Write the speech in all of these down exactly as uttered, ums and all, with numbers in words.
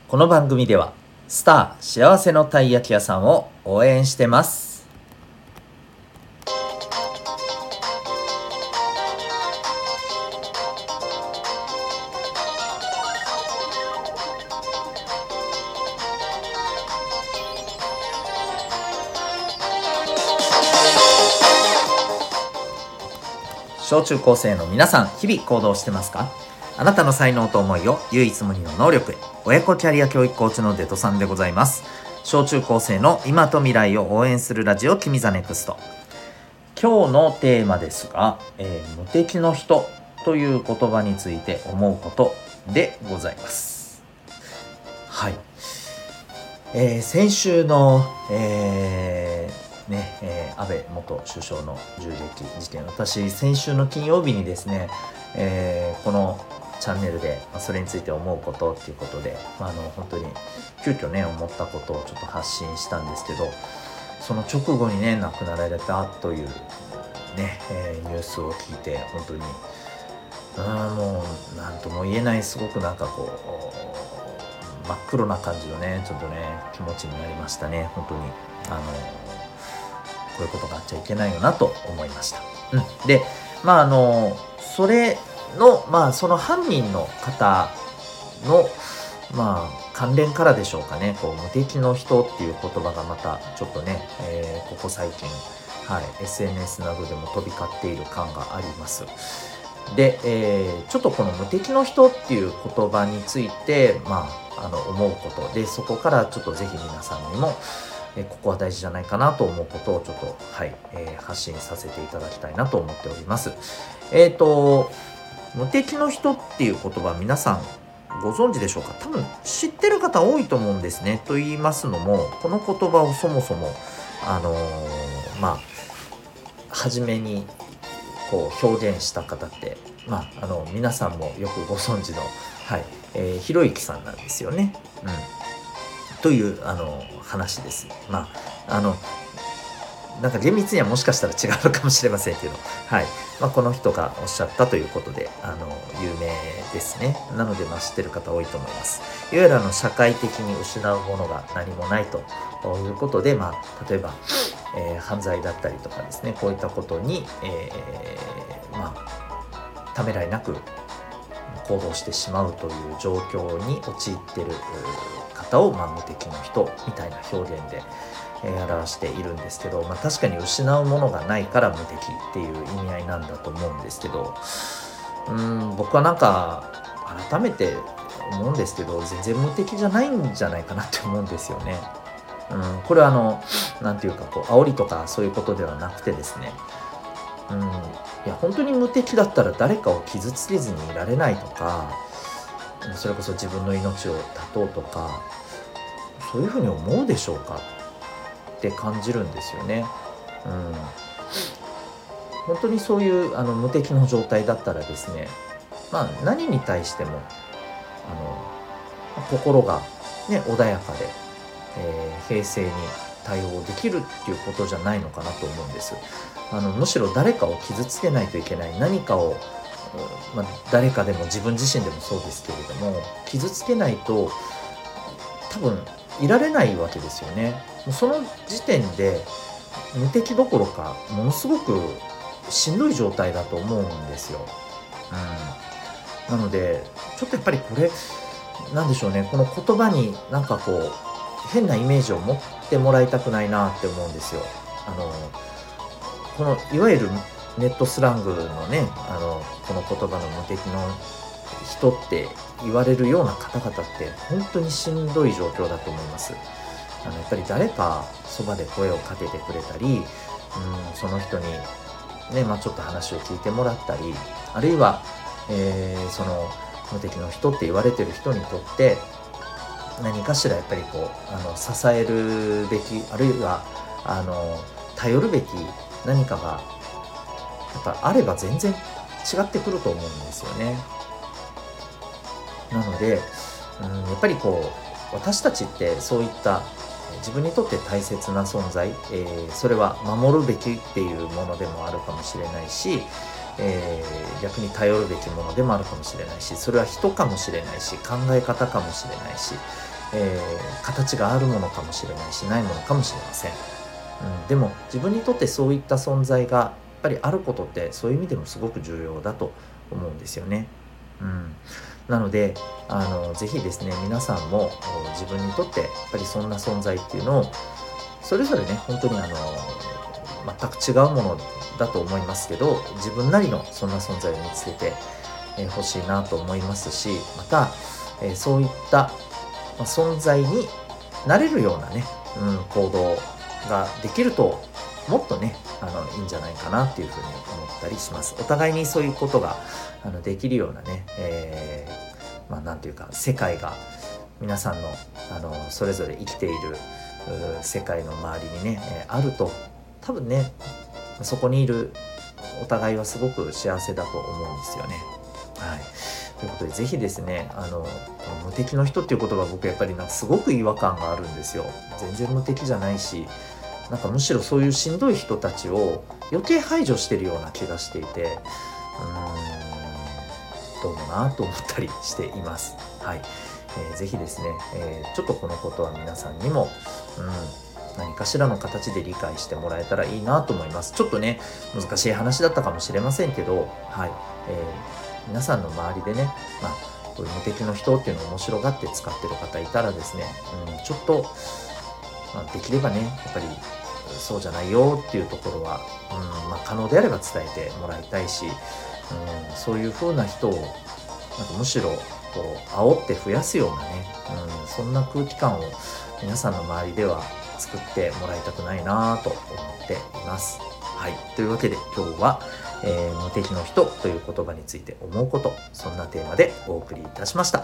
この番組ではスター幸せのたい焼き屋さんを応援してます。小中高生の皆さん、日々行動してますか？あなたの才能と思いを唯一無二の能力へ。親子キャリア教育コーチのデトさんでございます。小中高生の今と未来を応援するラジオ君ザネクスト。今日のテーマですが、えー、無敵の人という言葉について思うことでございます。はい、えー、先週の、えーねえー、安倍元首相の銃撃事件、私先週の金曜日にですね、えー、このチャンネルで、まあ、それについて思うことっていうことで、まあ、あの本当に急遽ね思ったことをちょっと発信したんですけど、その直後にね亡くなられたというね、えー、ニュースを聞いて本当にあもう何とも言えない、すごくなんかこう真っ黒な感じのねちょっとね気持ちになりましたね。本当にあのこういうことがあっちゃいけないよなと思いました。うん、で、まああのそれのまあその犯人の方のまあ関連からでしょうかね。こう無敵の人っていう言葉がまたちょっとね、えー、ここ最近、はい、エスエヌエス などでも飛び交っている感があります。で、えー、ちょっとこの無敵の人っていう言葉について、まあ、あの思うことで、そこからちょっとぜひ皆さんにもえここは大事じゃないかなと思うことをちょっと、はいえー、発信させていただきたいなと思っております。えっと無敵の人っていう言葉、皆さんご存知でしょうか？多分知ってる方多いと思うんですね。と言いますのも、この言葉をそもそもあのー、まあ初めにこう表現した方って、まああの皆さんもよくご存知の、はいえー、ひろゆきさんなんですよね。うんというあの話です。まああのなんか厳密にはもしかしたら違うのかもしれませんけど、はいまあ、この人がおっしゃったということであの有名ですね。なので、まあ、知ってる方多いと思います。いわゆるあの社会的に失うものが何もないということで、まあ、例えば、えー、犯罪だったりとかですね、こういったことに、えー、まあためらいなく行動してしまうという状況に陥っている方を、まあ、無敵の人みたいな表現で、えー、表しているんですけど、まあ、確かに失うものがないから無敵っていう意味合いなんだと思うんですけど、うーん僕はなんか改めて思うんですけど、全然無敵じゃないんじゃないかなって思うんですよね。うん、これはあのなんていうかこう煽りとかそういうことではなくてですね、うん、いや本当に無敵だったら誰かを傷つけずにいられないとか、それこそ自分の命を絶とうとか、そういうふうに思うでしょうかって感じるんですよね。うん、本当にそういうあの無敵の状態だったらですね、まあ何に対してもあの心がね穏やかで、えー、平静に対応できるっていうことじゃないのかなと思うんです。あのむしろ誰かを傷つけないといけない、何かを、まあ、誰かでも自分自身でもそうですけれども傷つけないと多分いられないわけですよね。もうその時点で無敵どころかものすごくしんどい状態だと思うんですよ。うん、なのでちょっとやっぱりこれなんでしょうね、この言葉になんかこう変なイメージを持ってもらいたくないなって思うんですよ。あのこのいわゆるネットスラングのね、あのこの言葉の無敵の人って言われるような方々って本当にしんどい状況だと思います。あのやっぱり誰かそばで声をかけてくれたり、うん、その人にね、まあ、ちょっと話を聞いてもらったり、あるいは、えー、その無敵の人って言われてる人にとって何かしらやっぱりこうあの支えるべき、あるいはあの頼るべき何かがやっぱあれば全然違ってくると思うんですよね。なので、うん、やっぱりこう私たちってそういった自分にとって大切な存在、えー、それは守るべきっていうものでもあるかもしれないし、えー、逆に頼るべきものでもあるかもしれないし、それは人かもしれないし考え方かもしれないし、 えー、形があるものかもしれないしないものかもしれません、うん、でも自分にとってそういった存在がやっぱりあることってそういう意味でもすごく重要だと思うんですよね。うん、なのであのぜひですね皆さんも自分にとってやっぱりそんな存在っていうのをそれぞれね本当にあの全く違うものだと思いますけど自分なりのそんな存在を見つけてほしいなと思いますしまた、えー、そういった存在になれるようなね、うん、行動ができるともっとねあのいいんじゃないかなっていうふうに思ったりします。お互いにそういうことがあのできるようなね、えー、まあなんていうか世界が皆さんのあのそれぞれ生きている世界の周りにね、えー、あると多分ねそこにいるお互いはすごく幸せだと思うんですよね。はい。ということでぜひですねあの無敵の人っていう言葉僕やっぱりなんかすごく違和感があるんですよ。全然無敵じゃないしなんかむしろそういうしんどい人たちを余計排除してるような気がしていてうーんどうもなと思ったりしています。はい、えー、ぜひですね、えー、ちょっとこのことは皆さんにも、うん、何かしらの形で理解してもらえたらいいなと思います。ちょっとね難しい話だったかもしれませんけど、はい、えー、皆さんの周りでね、まあ、こういう無敵の人っていうのを面白がって使ってる方いたらですね、うん、ちょっと、まあ、できればねやっぱりそうじゃないよっていうところは、うんまあ、可能であれば伝えてもらいたいし、うん、そういう風な人をなんかむしろこう煽って増やすようなね、うん、そんな空気感を皆さんの周りでは作ってもらいたくないなと思っています。はい、というわけで今日は、えー、無敵の人という言葉について思うことそんなテーマでお送りいたしました。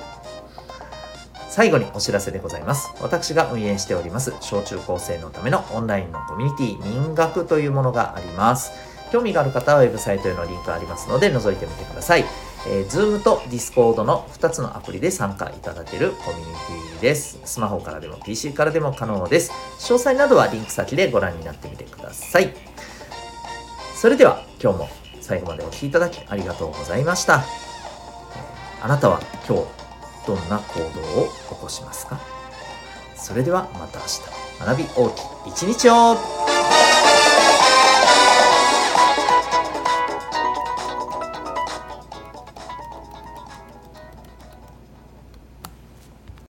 最後にお知らせでございます。私が運営しております小中高生のためのオンラインのコミュニティ民学というものがあります。興味がある方はウェブサイトへのリンクがありますので覗いてみてください。えー、Zoom と Discord のふたつのアプリで参加いただけるコミュニティです。スマホからでも ピーシー からでも可能です。詳細などはリンク先でご覧になってみてください。それでは今日も最後までお聞きいただきありがとうございました。あなたは今日どんな行動を起こしますか？それではまた明日、学び大きい一日を。